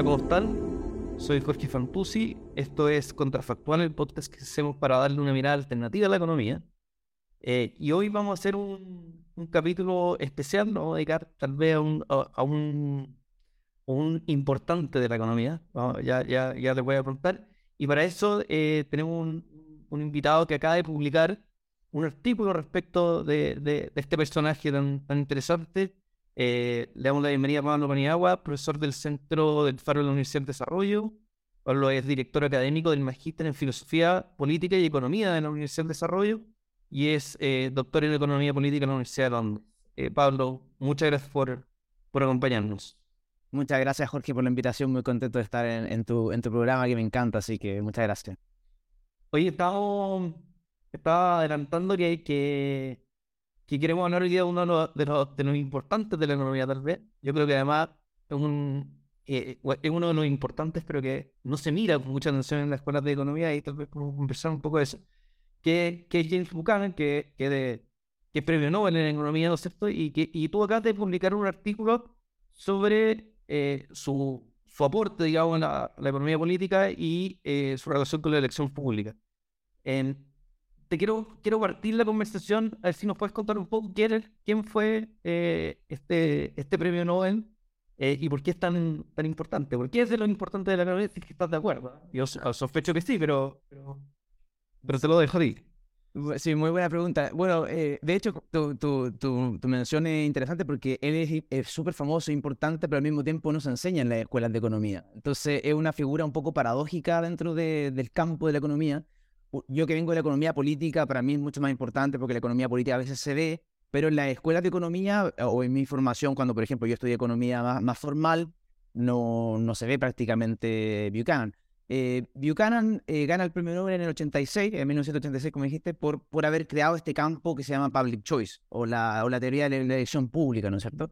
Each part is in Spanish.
Hola, ¿cómo están? Soy Jorge Fantuzzi. Esto es Contrafactual, el podcast que hacemos para darle una mirada alternativa a la economía. Y hoy vamos a hacer un capítulo especial, nos vamos a dedicar tal vez a un importante de la economía. Ya les voy a contar. Y para eso tenemos un invitado que acaba de publicar un artículo respecto de este personaje tan interesante. Le damos la bienvenida a Pablo Paniagua, profesor del Centro del Faro de la Universidad de Desarrollo. Pablo es director académico del Magíster en Filosofía, Política y Economía de la Universidad de Desarrollo y es doctor en Economía Política en la Universidad de Londres. Pablo, muchas gracias por acompañarnos. Muchas gracias, Jorge, por la invitación. Muy contento de estar en tu programa que me encanta, así que muchas gracias. Oye, estaba adelantando que queremos hablar hoy día de uno de los importantes de la economía, tal vez. Yo creo que además es uno de los importantes, pero que no se mira con mucha atención en las escuelas de economía y tal vez podemos conversar un poco de eso. Que es James Buchanan, que es premio Nobel en economía, ¿no es cierto? Y tú acabas de publicar un artículo sobre su aporte, digamos, a la economía política y su relación con la elección pública. Em, quiero partir la conversación, a ver si nos puedes contar un poco quién fue este premio Nobel y por qué es tan importante. ¿Por qué es de lo importante de la economía? Si es que estás de acuerdo. Yo sospecho que sí, pero te lo dejo a ti. Sí, muy buena pregunta. Bueno, de hecho, tu mención es interesante porque él es súper famoso e importante, pero al mismo tiempo no se enseña en las escuelas de economía. Entonces, es una figura un poco paradójica dentro del campo de la economía. Yo que vengo de la economía política, para mí es mucho más importante porque la economía política a veces se ve, pero en las escuelas de economía o en mi formación, cuando por ejemplo yo estudié economía más formal, no se ve prácticamente Buchanan. Buchanan gana el premio Nobel en el 86, en 1986, como dijiste, por haber creado este campo que se llama public choice o la teoría de la elección pública, ¿no es cierto?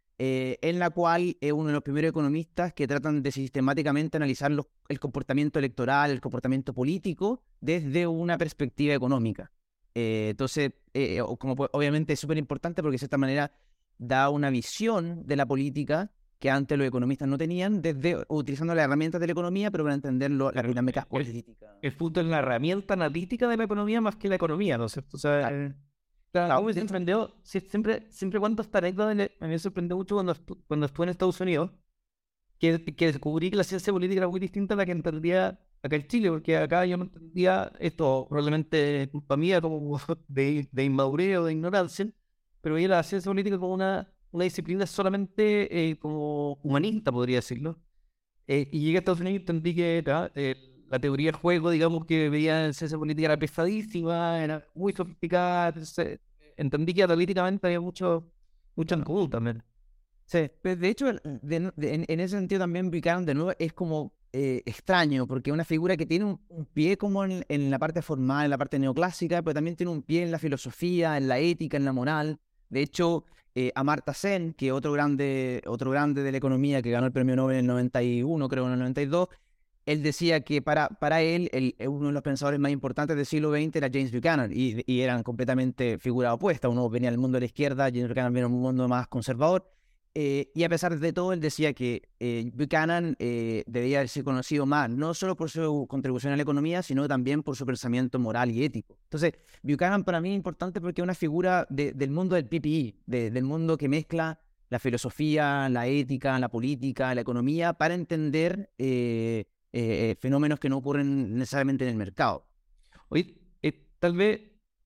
En la cual es uno de los primeros economistas que tratan de sistemáticamente analizar el comportamiento electoral, el comportamiento político desde una perspectiva económica. Entonces, obviamente es súper importante porque de cierta manera da una visión de la política que antes los economistas no tenían, utilizando las herramientas de la economía, pero para entender las dinámicas políticas. El fútbol es la herramienta analítica de la economía más que la economía, ¿no es cierto? O sea, claro, me sorprendió, siempre cuento esta anécdota, a mí me sorprendió mucho cuando estuve en Estados Unidos, que descubrí que la ciencia política era muy distinta a la que entendía acá en Chile, porque acá yo no entendía esto, probablemente culpa mía, como de inmadurez o de ignorancia, pero veía la ciencia política como una disciplina solamente como humanista, podría decirlo. Y llegué a Estados Unidos y entendí que la teoría del juego, digamos, que veía en ciencia política era pesadísima, era muy sofisticada, entonces, entendí que analíticamente había mucho en común también. Sí, pero de hecho, en ese sentido también Buchanan de nuevo es como extraño, porque es una figura que tiene un pie como en la parte formal, en la parte neoclásica, pero también tiene un pie en la filosofía, en la ética, en la moral. De hecho, Amartya Sen, que otro grande de la economía que ganó el premio Nobel en el 91, creo en el 92, él decía que para él uno de los pensadores más importantes del siglo XX era James Buchanan, y eran completamente figuras opuestas. Uno venía del mundo de la izquierda, James Buchanan venía de un mundo más conservador. Y a pesar de todo, él decía que Buchanan debía ser conocido más, no solo por su contribución a la economía, sino también por su pensamiento moral y ético. Entonces, Buchanan para mí es importante porque es una figura del mundo del PPI, del mundo que mezcla la filosofía, la ética, la política, la economía, para entender fenómenos que no ocurren necesariamente en el mercado. Oye, tal vez,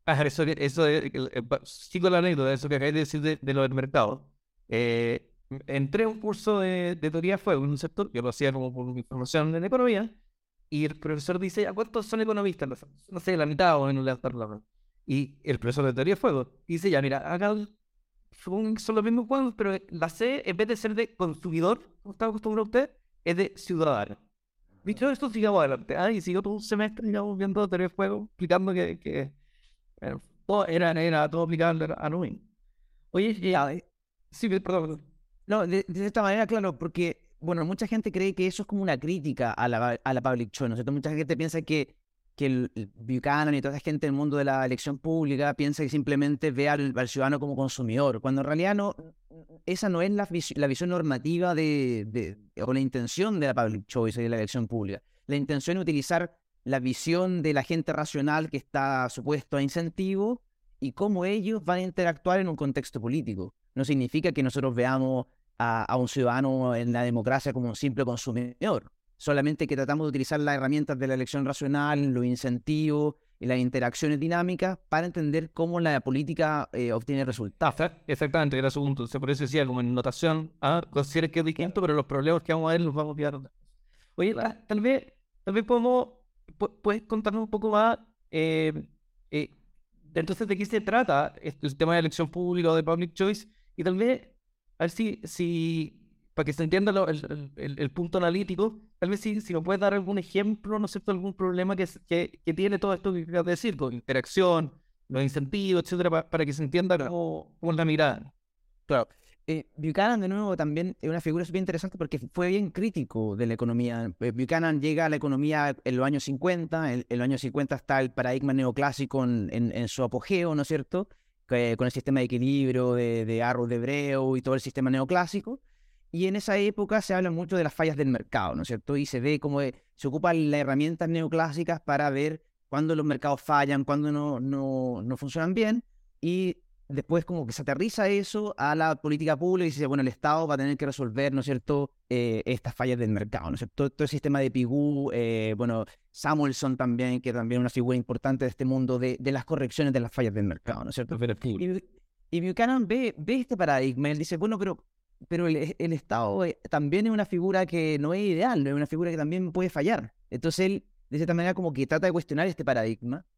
sigo la anécdota, eso que acabas de decir de lo del mercado. Entré a un curso de teoría de fuego en un sector, yo lo hacía como por mi formación en economía, y el profesor dice, ¿a cuántos son economistas? No sé, la mitad o menos levantar la mano. Y el profesor de teoría de fuego dice, ya, mira, acá son los mismos juegos, pero la C, en vez de ser de consumidor, como estaba acostumbrado usted, es de ciudadano. Dicho esto, sigamos adelante. Y siguió todo un semestre, digamos, viendo teoría de fuego, explicando que todo era todo aplicable a lo mismo. Oye, sí, perdón. No, de cierta manera, claro, porque, bueno, mucha gente cree que eso es como una crítica a la public choice, ¿no es cierto? Mucha gente piensa que el Buchanan y toda esa gente del mundo de la elección pública piensa que simplemente ve al ciudadano como consumidor, cuando en realidad esa no es la visión normativa o la intención de la public choice y de la elección pública. La intención es utilizar la visión de la gente racional que está supuesto a incentivo y cómo ellos van a interactuar en un contexto político. No significa que nosotros veamos a un ciudadano en la democracia como un simple consumidor, solamente que tratamos de utilizar las herramientas de la elección racional, los incentivos y las interacciones dinámicas para entender cómo la política obtiene resultados. Exactamente, era su punto. Entonces, por eso decía, como en notación, considera que es distinto, pero los problemas que vamos a ver los vamos a pillar. Oye, tal vez puedes contarnos un poco más, eh, entonces, de qué se trata el tema de elección pública o de public choice, y tal vez, a ver para que se entienda el punto analítico, tal vez si me puedes dar algún ejemplo, ¿no es cierto?, algún problema que tiene todo esto que acabas de decir, con interacción, los incentivos, etcétera, para que se entienda cómo es la mirada. Claro. Buchanan, de nuevo, también es una figura súper interesante porque fue bien crítico de la economía. Buchanan llega a la economía en los años 50. En los años 50 está el paradigma neoclásico en su apogeo, ¿no es cierto? Con el sistema de equilibrio de Arrow de Abreu y todo el sistema neoclásico. Y en esa época se habla mucho de las fallas del mercado, ¿no es cierto? Y se ve cómo se ocupan las herramientas neoclásicas para ver cuándo los mercados fallan, cuándo no funcionan bien. Y después como que se aterriza eso a la política pública y se dice, bueno, el Estado va a tener que resolver, ¿no es cierto?, estas fallas del mercado, ¿no es cierto? Todo el sistema de Pigou, bueno, Samuelson también, que también es una figura importante de este mundo de las correcciones de las fallas del mercado, ¿no es cierto? Y Buchanan ve este paradigma, él dice, bueno, pero el Estado también es una figura que no es ideal, no es una figura que también puede fallar. Entonces él, de cierta manera, como que trata de cuestionar este paradigma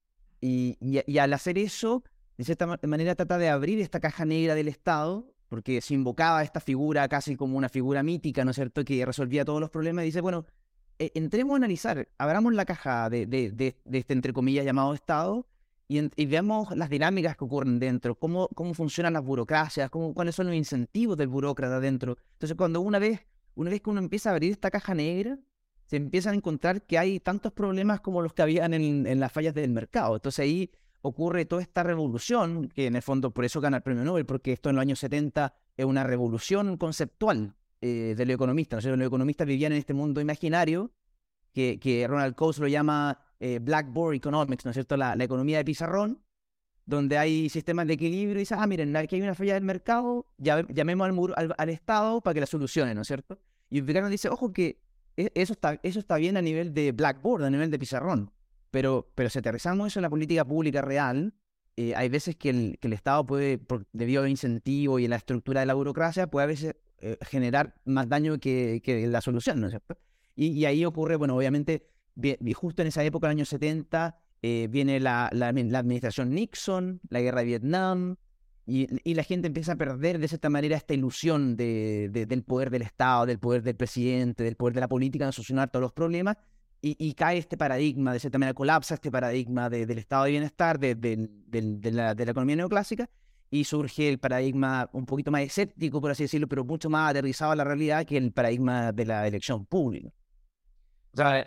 y al hacer eso, de cierta manera trata de abrir esta caja negra del Estado, porque se invocaba esta figura casi como una figura mítica, ¿no es cierto?, que resolvía todos los problemas, y dice, bueno, entremos a analizar, abramos la caja de este, entre comillas, llamado Estado, y veamos las dinámicas que ocurren dentro, cómo funcionan las burocracias, cuáles son los incentivos del burócrata dentro. Entonces, cuando una vez que uno empieza a abrir esta caja negra, se empiezan a encontrar que hay tantos problemas como los que habían en las fallas del mercado. Entonces ahí ocurre toda esta revolución, que en el fondo por eso gana el premio Nobel, porque esto en los años 70 es una revolución conceptual de los economistas. ¿No es cierto? Los economistas vivían en este mundo imaginario que Ronald Coase lo llama Blackboard Economics, ¿no es cierto?, la economía de pizarrón, donde hay sistemas de equilibrio y dice, miren, aquí hay una falla del mercado, llamemos al Estado para que la solucione, ¿no es cierto? Y Buchanan dice, ojo que eso está bien a nivel de Blackboard, a nivel de pizarrón, pero si aterrizamos eso en la política pública real, hay veces que el Estado puede, debido a incentivos y a la estructura de la burocracia, puede a veces generar más daño que la solución, ¿no es cierto? Y ahí ocurre, bueno, obviamente, justo en esa época, en los años 70, viene la administración Nixon, la guerra de Vietnam, y la gente empieza a perder de cierta manera esta ilusión del poder del Estado, del poder del presidente, del poder de la política en solucionar todos los problemas, y cae este paradigma, de cierta manera colapsa este paradigma del estado de bienestar, de la economía neoclásica, y surge el paradigma un poquito más escéptico, por así decirlo, pero mucho más aterrizado a la realidad que el paradigma de la elección pública. O sea,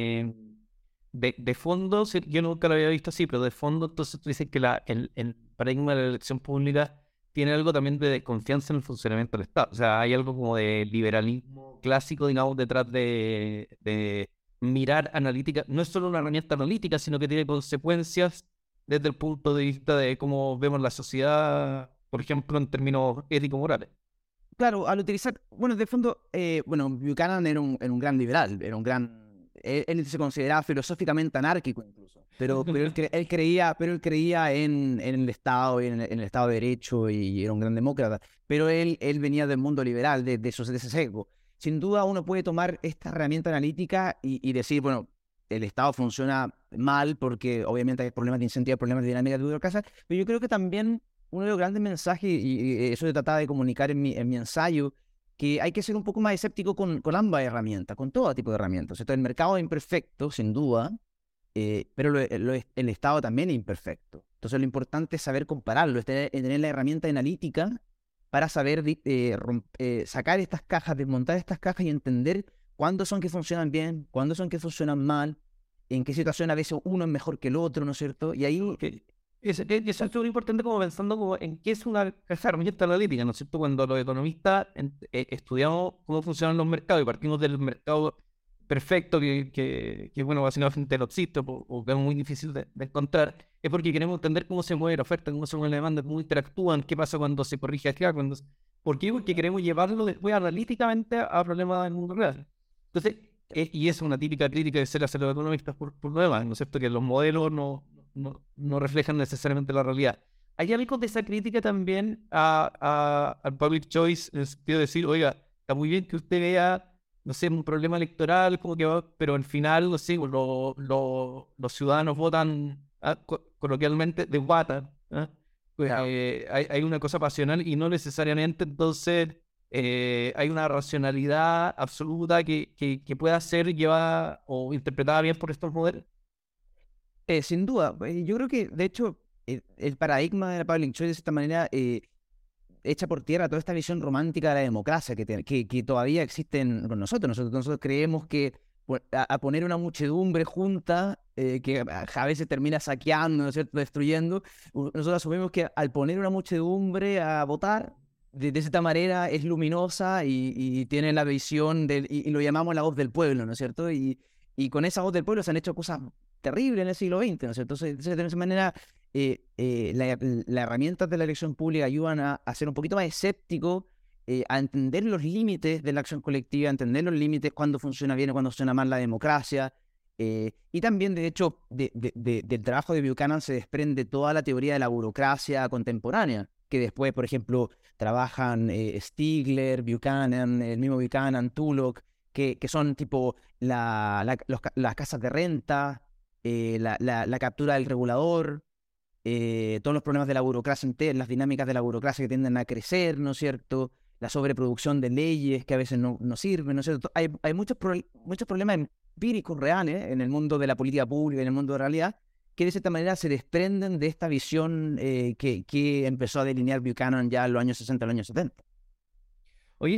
de fondo, yo nunca lo había visto así, pero de fondo entonces tú dices que el paradigma de la elección pública tiene algo también de desconfianza en el funcionamiento del Estado. O sea, hay algo como de liberalismo clásico, digamos, detrás de mirar analítica. No es solo una herramienta analítica, sino que tiene consecuencias desde el punto de vista de cómo vemos la sociedad, por ejemplo, en términos ético-morales. Claro, al utilizar, bueno, de fondo, bueno, Buchanan era un gran liberal, él se consideraba filosóficamente anárquico incluso, pero él creía en el Estado y en el Estado de Derecho y era un gran demócrata, pero él venía del mundo liberal, de ese sesgo. Sin duda uno puede tomar esta herramienta analítica y decir, bueno, el Estado funciona mal porque obviamente hay problemas de incentivo, problemas de dinámica de burocracia, pero yo creo que también uno de los grandes mensajes, y eso se trataba de comunicar en mi ensayo, que hay que ser un poco más escéptico con ambas herramientas, con todo tipo de herramientas. Entonces, el mercado es imperfecto, sin duda, pero el Estado también es imperfecto. Entonces, lo importante es saber compararlo, es tener la herramienta analítica para saber sacar estas cajas, desmontar estas cajas y entender cuándo son que funcionan bien, cuándo son que funcionan mal, en qué situación a veces uno es mejor que el otro, ¿no es cierto? Y ahí Eso es súper importante como pensando como en qué es una caja de herramientas analítica, ¿no es cierto? Cuando los economistas estudiamos cómo funcionan los mercados y partimos del mercado perfecto que bueno, básicamente no existe o que es muy difícil de encontrar, es porque queremos entender cómo se mueve la oferta, cómo se mueve la demanda, cómo interactúan, qué pasa cuando se corrige acá, ¿por qué? Porque queremos llevarlo después analíticamente a problemas del mundo real. Entonces, y es una típica crítica de ser hacer los economistas por lo demás, ¿no es cierto? Que los modelos no reflejan necesariamente la realidad. Hay algo de esa crítica también al public choice, en el sentido de decir, oiga, está muy bien que usted vea, no sé, un problema electoral, como que va, pero al final, no sé, los ciudadanos votan coloquialmente de guata. ¿Ah? Pues, Claro. hay una cosa pasional y no necesariamente entonces hay una racionalidad absoluta que pueda ser llevada o interpretada bien por estos modelos. Sin duda, yo creo que de hecho el paradigma de la public choice de esta manera echa por tierra toda esta visión romántica de la democracia que todavía existe con nosotros. Nosotros creemos que a poner una muchedumbre junta, que a veces termina saqueando, ¿no es cierto?, destruyendo, nosotros asumimos que al poner una muchedumbre a votar, de esta manera es luminosa y tiene la visión y lo llamamos la voz del pueblo, ¿no es cierto? Y con esa voz del pueblo se han hecho cosas terribles en el siglo XX, ¿no es cierto? Entonces, de esa manera las herramientas de la elección pública ayudan a ser un poquito más escéptico, a entender los límites de la acción colectiva, a entender los límites cuando funciona bien o cuando funciona mal la democracia. Y también, de hecho, del trabajo de Buchanan se desprende toda la teoría de la burocracia contemporánea, que después, por ejemplo, trabajan Stigler, Buchanan, el mismo Buchanan, Tullock, que son tipo las casas de renta, la captura del regulador, todos los problemas de la burocracia interna, las dinámicas de la burocracia que tienden a crecer, ¿no es cierto? La sobreproducción de leyes que a veces no sirven, ¿no es cierto? Hay muchos problemas empíricos reales en el mundo de la política pública, en el mundo de la realidad, que de cierta manera se desprenden de esta visión que empezó a delinear Buchanan ya en los años 60, los años 70. Oye,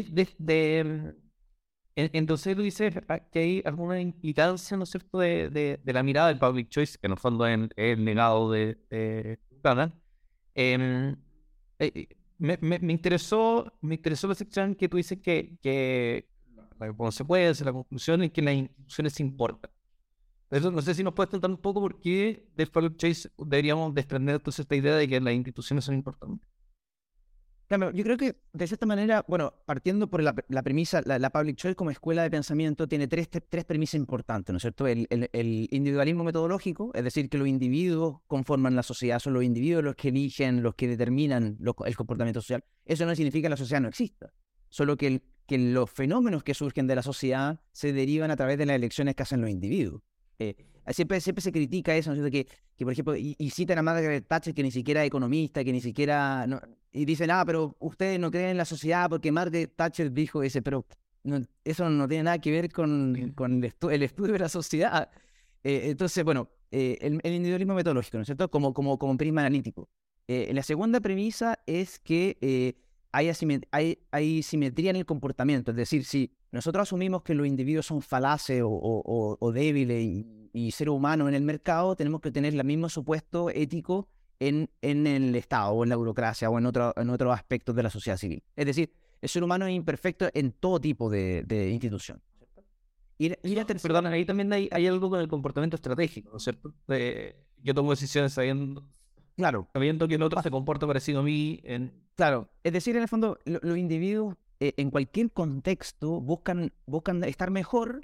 entonces tú dices que hay alguna implicancia, ¿no es cierto?, de la mirada del public choice, que en el fondo es el legado de Buchanan. Em, me interesó la sección que tú dices que la consecuencia, la conclusión es que las instituciones importan. Eso no sé si nos puedes contar un poco por qué del public choice deberíamos desprender entonces esta idea de que las instituciones son importantes. Claro, yo creo que de cierta manera, bueno, partiendo por la premisa, la public choice como escuela de pensamiento tiene tres premisas importantes, ¿no es cierto? El individualismo metodológico, es decir, que los individuos conforman la sociedad, son los individuos los que eligen, los que determinan el comportamiento social. Eso no significa que la sociedad no exista, solo que los fenómenos que surgen de la sociedad se derivan a través de las elecciones que hacen los individuos. Eh, siempre se critica eso, ¿no es cierto? Que por ejemplo, y citan a Margaret Thatcher, que ni siquiera es economista, que ni siquiera... y dicen, pero ustedes no creen en la sociedad porque Margaret Thatcher dijo ese, pero eso no tiene nada que ver con el estudio de la sociedad. Entonces, bueno, el individualismo metodológico, ¿no es cierto? Como prisma analítico. La segunda premisa es que hay simetría en el comportamiento, es decir, si nosotros asumimos que los individuos son falaces o débiles y ser humano en el mercado, tenemos que tener el mismo supuesto ético en el Estado o en la burocracia o en otros aspectos de la sociedad civil. Es decir, el ser humano es imperfecto en todo tipo de institución. Perdón, ahí también hay algo con el comportamiento estratégico, ¿no es cierto? Yo tomo decisiones Claro, sabiendo que el otro se comporta parecido a mí. claro. Es decir, en el fondo, los individuos en cualquier contexto buscan estar mejor,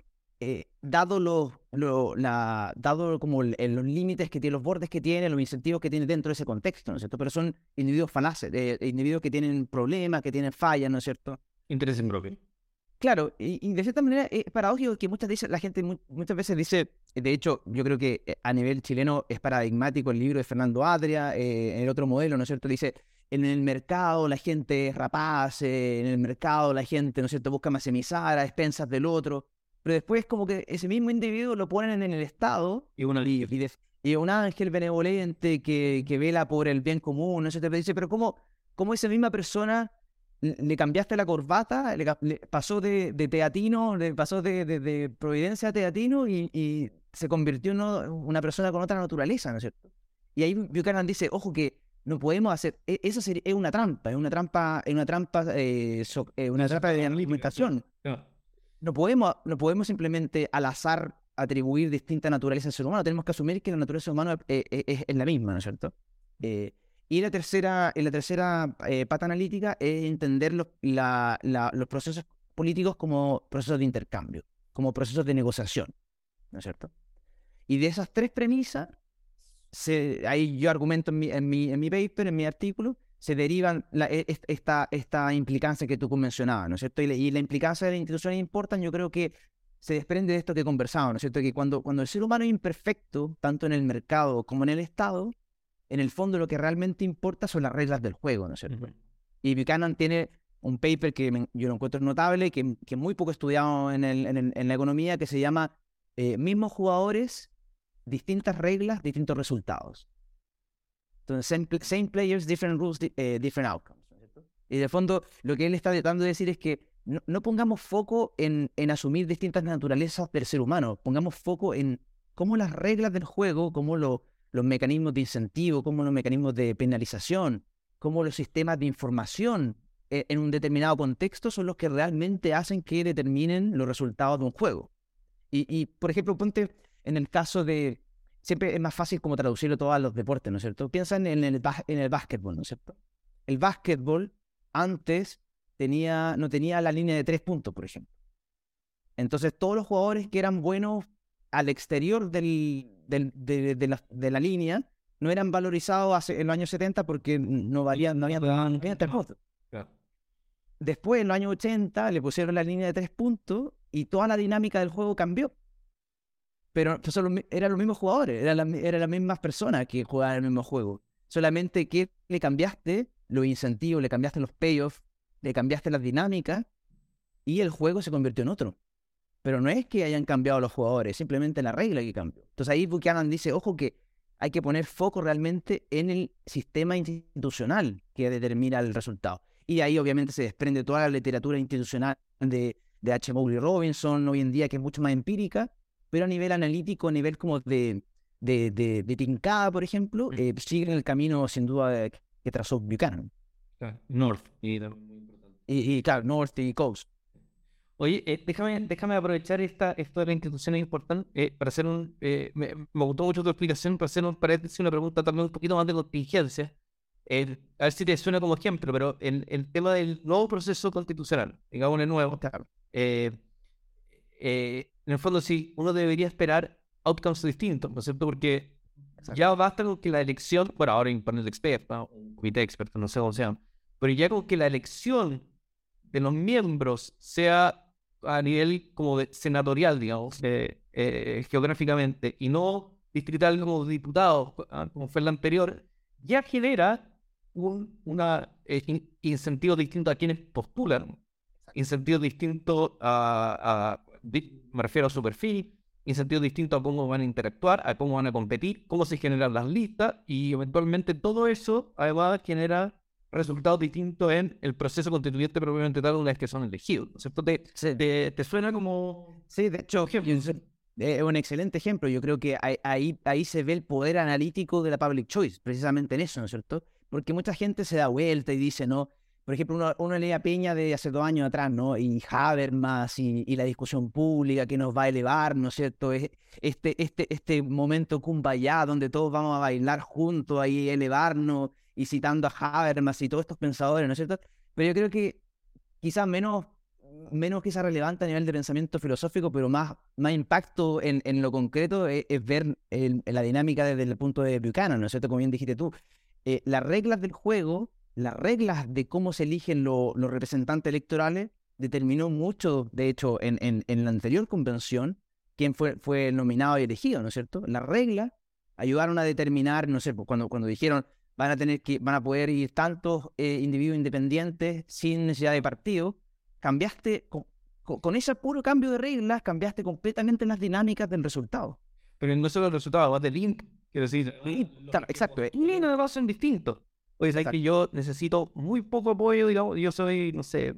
dado como los límites que tiene, los bordes que tiene, los incentivos que tiene dentro de ese contexto, ¿no es cierto? Pero son individuos falaces, individuos que tienen problemas, que tienen fallas, ¿no es cierto? Interés en propio. Claro, y de cierta manera es paradójico que la gente muchas veces dice, de hecho, yo creo que a nivel chileno es paradigmático el libro de Fernando Adria, el otro modelo, ¿no es cierto? Dice, en el mercado la gente es rapaz, en el mercado la gente, ¿no es cierto?, busca maximizar a expensas del otro, pero después como que ese mismo individuo lo ponen en el Estado Y una ley. y un ángel benevolente que vela por el bien común, ¿no es cierto? Pero dice, pero ¿cómo esa misma persona le cambiaste la corbata, pasó de teatino, le pasó de Providencia a teatino y se convirtió en una persona con otra naturaleza, ¿no es cierto? Y ahí Buchanan dice, ojo que no podemos hacer, eso es una trampa, una trampa de argumentación. Claro. No podemos simplemente al azar atribuir distinta naturaleza al ser humano. Tenemos que asumir que la naturaleza humana es la misma, ¿no es cierto? Y la tercera pata analítica es entender los procesos políticos como procesos de intercambio, como procesos de negociación, ¿no es cierto? Y de esas tres premisas, ahí yo argumento en mi paper, en mi artículo, se derivan esta implicancia que tú mencionabas, ¿no es cierto? Y la implicancia de las instituciones importan, yo creo que se desprende de esto que conversamos, ¿no es cierto? Que cuando el ser humano es imperfecto, tanto en el mercado como en el Estado, en el fondo lo que realmente importa son las reglas del juego, ¿no es cierto? Y Buchanan tiene un paper que yo lo encuentro notable, que es muy poco estudiado en la economía, que se llama Mismos jugadores, distintas reglas, distintos resultados. Entonces, same players, different rules, different outcomes, ¿no es cierto? Y de fondo, lo que él está tratando de decir es que no pongamos foco en asumir distintas naturalezas del ser humano, pongamos foco en cómo las reglas del juego, cómo los mecanismos de incentivo, cómo los mecanismos de penalización, cómo los sistemas de información en un determinado contexto son los que realmente hacen que determinen los resultados de un juego. Y por ejemplo, ponte en el caso de... Siempre es más fácil como traducirlo todo a los deportes, ¿no es cierto? Piensa en el básquetbol, ¿no es cierto? El básquetbol antes no tenía la línea de 3 puntos, por ejemplo. Entonces todos los jugadores que eran buenos al exterior de la línea no eran valorizados en los años 70 porque no había 3 puntos. Claro. Después, en los años 80, le pusieron la línea de 3 puntos y toda la dinámica del juego cambió. Pero eran los mismos jugadores, eran las mismas personas que jugaban el mismo juego. Solamente que le cambiaste los incentivos, le cambiaste los payoffs, le cambiaste las dinámicas y el juego se convirtió en otro. Pero no es que hayan cambiado los jugadores, simplemente la regla que cambió. Entonces ahí Buchanan dice, ojo que hay que poner foco realmente en el sistema institucional que determina el resultado. Y ahí obviamente se desprende toda la literatura institucional de H. Bowley Robinson hoy en día, que es mucho más empírica, pero a nivel analítico, a nivel como de tincada, por ejemplo, siguen el camino sin duda que trazó Buchanan. Claro. North. Y también muy importante. Y claro, North y Coast. Oye, déjame aprovechar esto de la institución importante para hacer me gustó mucho tu explicación, para hacer un paréntesis, una pregunta también un poquito más de contingencia. A ver si te suena como ejemplo, pero el tema del nuevo proceso constitucional, digamos de nuevo, Claro. En el fondo sí, uno debería esperar outcomes distintos, ¿no es cierto? Porque Exacto. ya basta con que la elección, bueno, ahora hay un panel de expertos, un comité de expertos, no sé cómo se llama, pero ya con que la elección de los miembros sea a nivel como senatorial, digamos, geográficamente, y no distrital como diputados, como fue la anterior, ya genera un incentivo distinto a quienes postulan, incentivos distintos me refiero a su perfil, incentivos distintos a cómo van a interactuar, a cómo van a competir, cómo se generan las listas, y eventualmente todo eso además genera resultados distintos en el proceso constituyente propiamente tal una vez que son elegidos, ¿no es cierto? Sí. ¿Te suena como...? Sí, de hecho, es un excelente ejemplo. Yo creo que ahí se ve el poder analítico de la public choice, precisamente en eso, ¿no es cierto? Porque mucha gente se da vuelta y dice, ¿no? Por ejemplo, uno lee a Peña de hace 2 años atrás, ¿no? Y Habermas y la discusión pública que nos va a elevar, ¿no es cierto? Este momento kumbaya donde todos vamos a bailar juntos, ahí elevarnos, y citando a Habermas y todos estos pensadores, ¿no es cierto? Pero yo creo que quizás menos quizás relevante a nivel de pensamiento filosófico, pero más impacto en lo concreto es ver la dinámica desde el punto de Buchanan, ¿no es cierto? Como bien dijiste tú, las reglas del juego, las reglas de cómo se eligen los representantes electorales, determinó mucho, de hecho, en la anterior convención, quién fue nominado y elegido, ¿no es cierto? Las reglas ayudaron a determinar, no sé, pues, cuando dijeron van a poder ir tantos individuos independientes sin necesidad de partido, cambiaste, con ese puro cambio de reglas, cambiaste completamente las dinámicas del resultado. Pero no solo el resultado, además del link, quiero decir, Claro, exacto. y además son distintos. Oye, sabes que yo necesito muy poco apoyo, digamos, yo soy, no sé,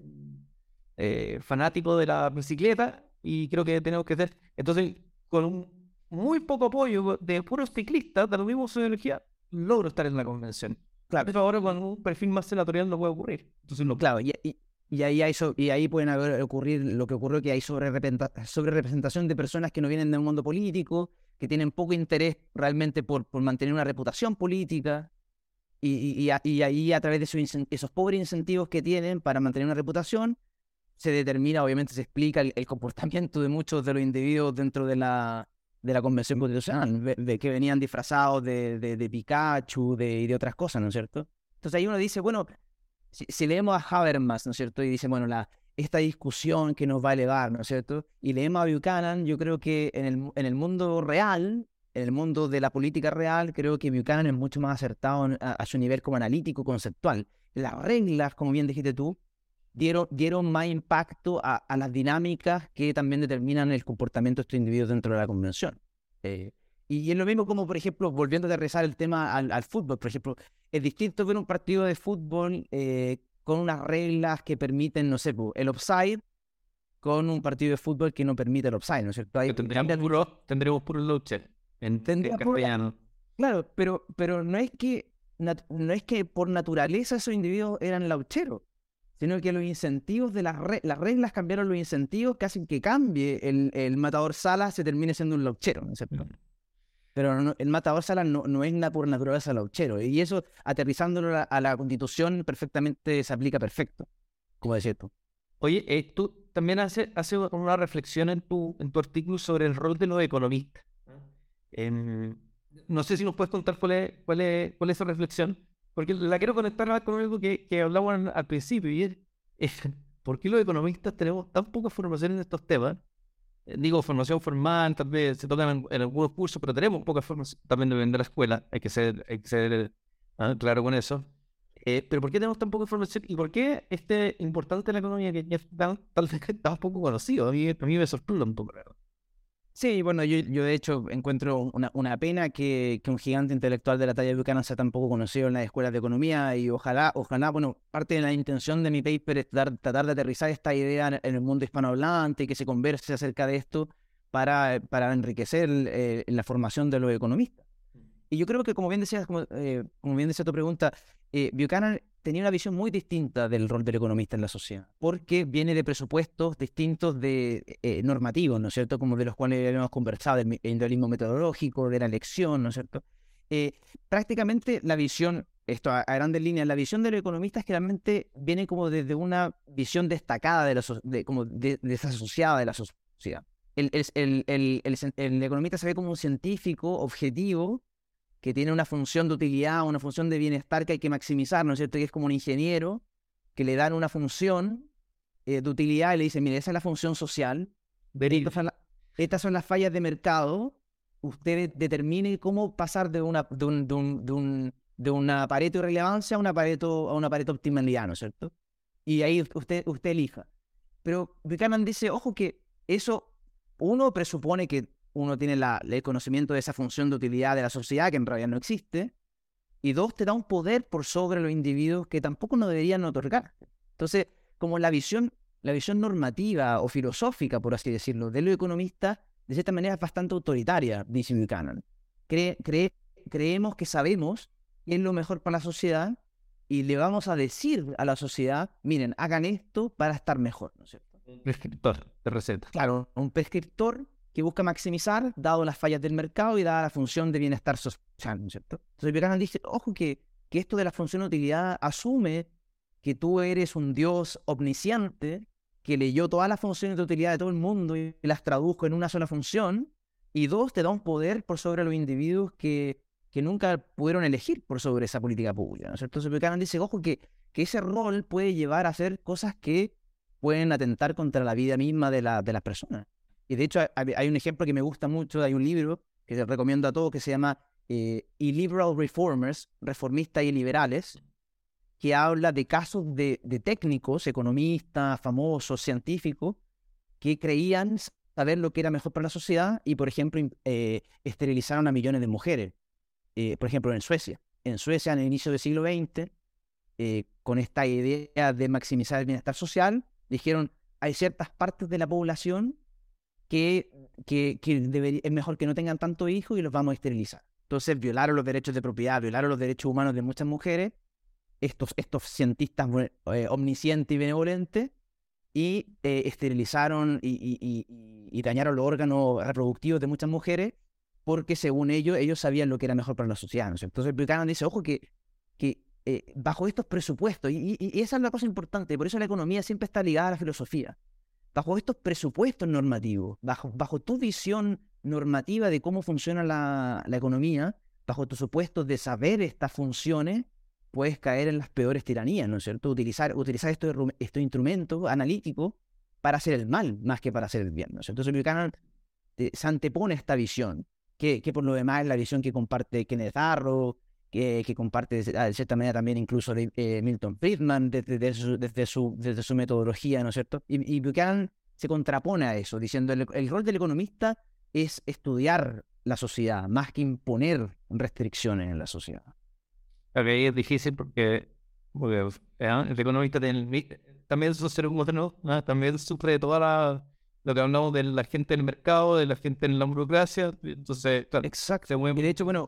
fanático de la bicicleta y creo que tenemos que hacer, entonces, con muy poco apoyo de puros ciclistas de la misma sociología, logro estar en la convención. Claro. Pero ahora con un perfil más senatorial no puede ocurrir. Entonces no. Claro, y ahí y ahí pueden ocurrir lo que ocurrió, que hay sobre representación de personas que no vienen del mundo político, que tienen poco interés realmente por mantener una reputación política, y ahí a través de esos pobres incentivos que tienen para mantener una reputación, se determina, obviamente se explica el comportamiento de muchos de los individuos dentro de la Convención Constitucional, de que venían disfrazados de Pikachu y de otras cosas, ¿no es cierto? Entonces ahí uno dice, bueno, si leemos a Habermas, ¿no es cierto? Y dice, bueno, esta discusión que nos va a elevar, ¿no es cierto? Y leemos a Buchanan, yo creo que en el mundo real, en el mundo de la política real, creo que Buchanan es mucho más acertado a su nivel como analítico, conceptual. Las reglas, como bien dijiste tú, dieron más impacto a las dinámicas que también determinan el comportamiento de estos individuos dentro de la convención. Y es lo mismo como, por ejemplo, volviendo a aterrizar el tema al fútbol, por ejemplo, es distinto ver un partido de fútbol con unas reglas que permiten, no sé, el offside, con un partido de fútbol que no permite el offside, ¿no es cierto? Tendremos puro lucha en castellano. Claro, pero no es que por naturaleza esos individuos eran laucheros, sino que los incentivos de las reglas cambiaron los incentivos que hacen que cambie el matador Sala se termine siendo un lauchero, ¿no es cierto? Pero el matador Sala no es por naturaleza lauchero, y eso, aterrizándolo a la Constitución, perfectamente se aplica perfecto, como decías tú. Oye, tú también haces una reflexión en tu artículo sobre el rol de los economistas. No sé si nos puedes contar cuál es esa reflexión, porque la quiero conectar más con algo que hablamos al principio, y es ¿por qué los economistas tenemos tan poca formación en estos temas? Digo, formación formal, tal vez se tocan en algunos cursos, pero tenemos poca formación también de la escuela, hay que ser claro con eso. Pero ¿por qué tenemos tan poca información? ¿Y por qué este importante en la economía que ya tal vez está poco conocido? A mí me sorprende un poco, la verdad. Sí, bueno, yo de hecho encuentro una pena que un gigante intelectual de la talla de Buchanan sea tan poco conocido en las escuelas de economía, y ojalá, bueno, parte de la intención de mi paper es tratar de aterrizar esta idea en el mundo hispanohablante y que se converse acerca de esto para enriquecer la formación de los economistas. Y yo creo que, como bien decías, como bien decía tu pregunta, Buchanan tenía una visión muy distinta del rol del economista en la sociedad, porque viene de presupuestos distintos normativos, ¿no es cierto? Como de los cuales habíamos conversado, del individualismo metodológico, de la elección, ¿no es cierto? Prácticamente la visión, esto a grandes líneas, la visión del economista es que realmente viene como desde una visión destacada como desasociada de la sociedad. El economista se ve como un científico objetivo que tiene una función de utilidad, una función de bienestar que hay que maximizar, ¿no es cierto? Que es como un ingeniero que le dan una función de utilidad y le dicen, mire, esa es la función social, estas son las fallas de mercado, usted determine cómo pasar de una Pareto irrelevancia a una Pareto optimalidad, ¿no es cierto? Y ahí usted elija. Pero Buchanan dice, ojo, que eso, uno presupone que uno tiene el conocimiento de esa función de utilidad de la sociedad, que en realidad no existe, y dos, te da un poder por sobre los individuos que tampoco nos deberían otorgar. Entonces, como la visión normativa o filosófica, por así decirlo, de los economistas, de cierta manera es bastante autoritaria, dice Buchanan. Creemos que sabemos qué es lo mejor para la sociedad y le vamos a decir a la sociedad, miren, hagan esto para estar mejor, ¿no es cierto? Un prescriptor de receta. Claro, un prescriptor que busca maximizar, dado las fallas del mercado y dada la función de bienestar social, ¿no es cierto? Entonces Buchanan dice, ojo, que esto de la función de utilidad asume que tú eres un Dios omnisciente que leyó todas las funciones de utilidad de todo el mundo y las tradujo en una sola función, y dos, te da un poder por sobre los individuos que nunca pudieron elegir por sobre esa política pública, ¿no es cierto? Entonces Buchanan dice, ojo, que ese rol puede llevar a hacer cosas que pueden atentar contra la vida misma de las personas. Y de hecho hay un ejemplo que me gusta mucho, hay un libro que te recomiendo a todos que se llama Illiberal Reformers, reformistas y liberales, que habla de casos de técnicos, economistas, famosos, científicos, que creían saber lo que era mejor para la sociedad y, por ejemplo, esterilizaron a millones de mujeres. Por ejemplo, en Suecia. En Suecia, en el inicio del siglo XX, con esta idea de maximizar el bienestar social, dijeron, hay ciertas partes de la población que es mejor que no tengan tantos hijos y los vamos a esterilizar. Entonces violaron los derechos de propiedad, violaron los derechos humanos de muchas mujeres, estos cientistas omniscientes y benevolentes, y esterilizaron y dañaron los órganos reproductivos de muchas mujeres, porque según ellos sabían lo que era mejor para la sociedad, ¿no? Entonces Buchanan dice, ojo, que bajo estos presupuestos, y esa es la cosa importante, por eso la economía siempre está ligada a la filosofía, bajo estos presupuestos normativos, bajo tu visión normativa de cómo funciona la economía, bajo tus supuestos de saber estas funciones, puedes caer en las peores tiranías, ¿no es cierto? Utilizar estos instrumentos analíticos para hacer el mal, más que para hacer el bien, ¿no es cierto? Entonces Buchanan se antepone esta visión, que por lo demás es la visión que comparte Kenneth Arrow, que comparte de cierta manera también incluso Milton Friedman desde su metodología, ¿no es cierto? Y Buchanan se contrapone a eso, diciendo el rol del economista es estudiar la sociedad, más que imponer restricciones en la sociedad. Ok, es difícil porque el economista también es un ser humano, ¿no? También sufre de lo que hablamos de la gente en el mercado, de la gente en la burocracia. Entonces, claro, Exacto. se mueve. Y de hecho, bueno,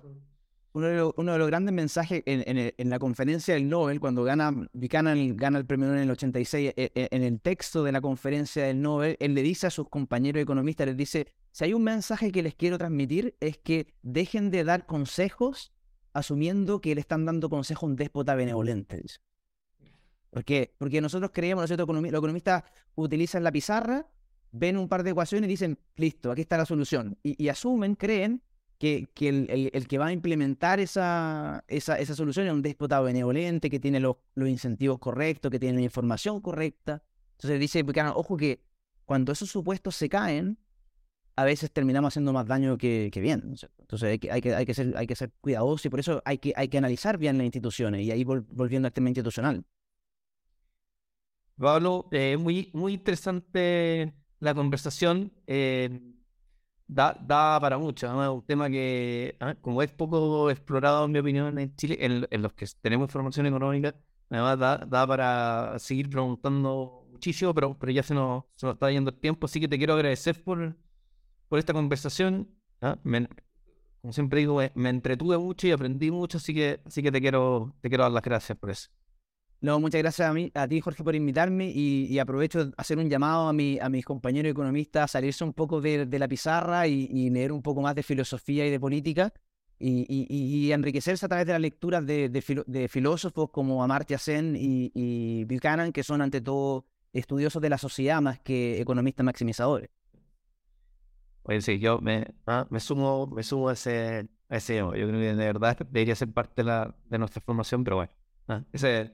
uno de los grandes mensajes en la conferencia del Nobel, cuando Buchanan gana el premio Nobel en el 86, en el texto de la conferencia del Nobel, él le dice a sus compañeros economistas, les dice, si hay un mensaje que les quiero transmitir es que dejen de dar consejos asumiendo que le están dando consejo a un déspota benevolente. Dice. ¿Por qué? Porque nosotros creemos, ¿no es cierto? Los economistas utilizan la pizarra, ven un par de ecuaciones y dicen, listo, aquí está la solución. Y asumen, creen que el que va a implementar esa solución es un déspota benevolente, que tiene los incentivos correctos, que tiene la información correcta. Entonces dice, ojo que cuando esos supuestos se caen, a veces terminamos haciendo más daño que bien, ¿no es cierto? Entonces hay que ser cuidadosos y por eso hay que analizar bien las instituciones y ahí volviendo al tema institucional. Pablo, muy, muy interesante la conversación. Da para mucho, ¿no? Es un tema que, como es poco explorado, en mi opinión, en Chile, en los que tenemos formación económica, además da para seguir preguntando muchísimo, pero ya se nos está yendo el tiempo, así que te quiero agradecer por esta conversación. Como siempre digo, me entretuve mucho y aprendí mucho, así que te quiero dar las gracias por eso. No, muchas gracias a ti, Jorge, por invitarme y aprovecho de hacer un llamado a mis compañeros economistas a salirse un poco de la pizarra y leer un poco más de filosofía y de política y enriquecerse a través de las lecturas de filósofos como Amartya Sen y Buchanan, que son ante todo estudiosos de la sociedad más que economistas maximizadores. Oye, sí, yo me sumo a ese yo creo que de verdad debería ser parte de nuestra formación, pero bueno, ese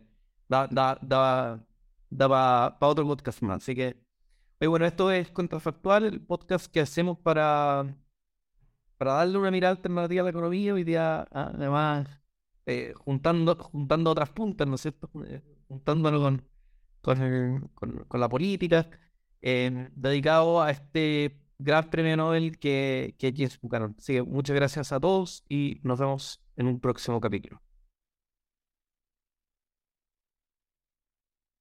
da para otro podcast más. Así que, oye, bueno, esto es Contrafactual, el podcast que hacemos para darle una mirada alternativa a la economía. Hoy día, además, juntando otras puntas, ¿no es cierto? Juntándolo con la política, dedicado a este gran premio Nobel que es James Buchanan. Así que muchas gracias a todos y nos vemos en un próximo capítulo.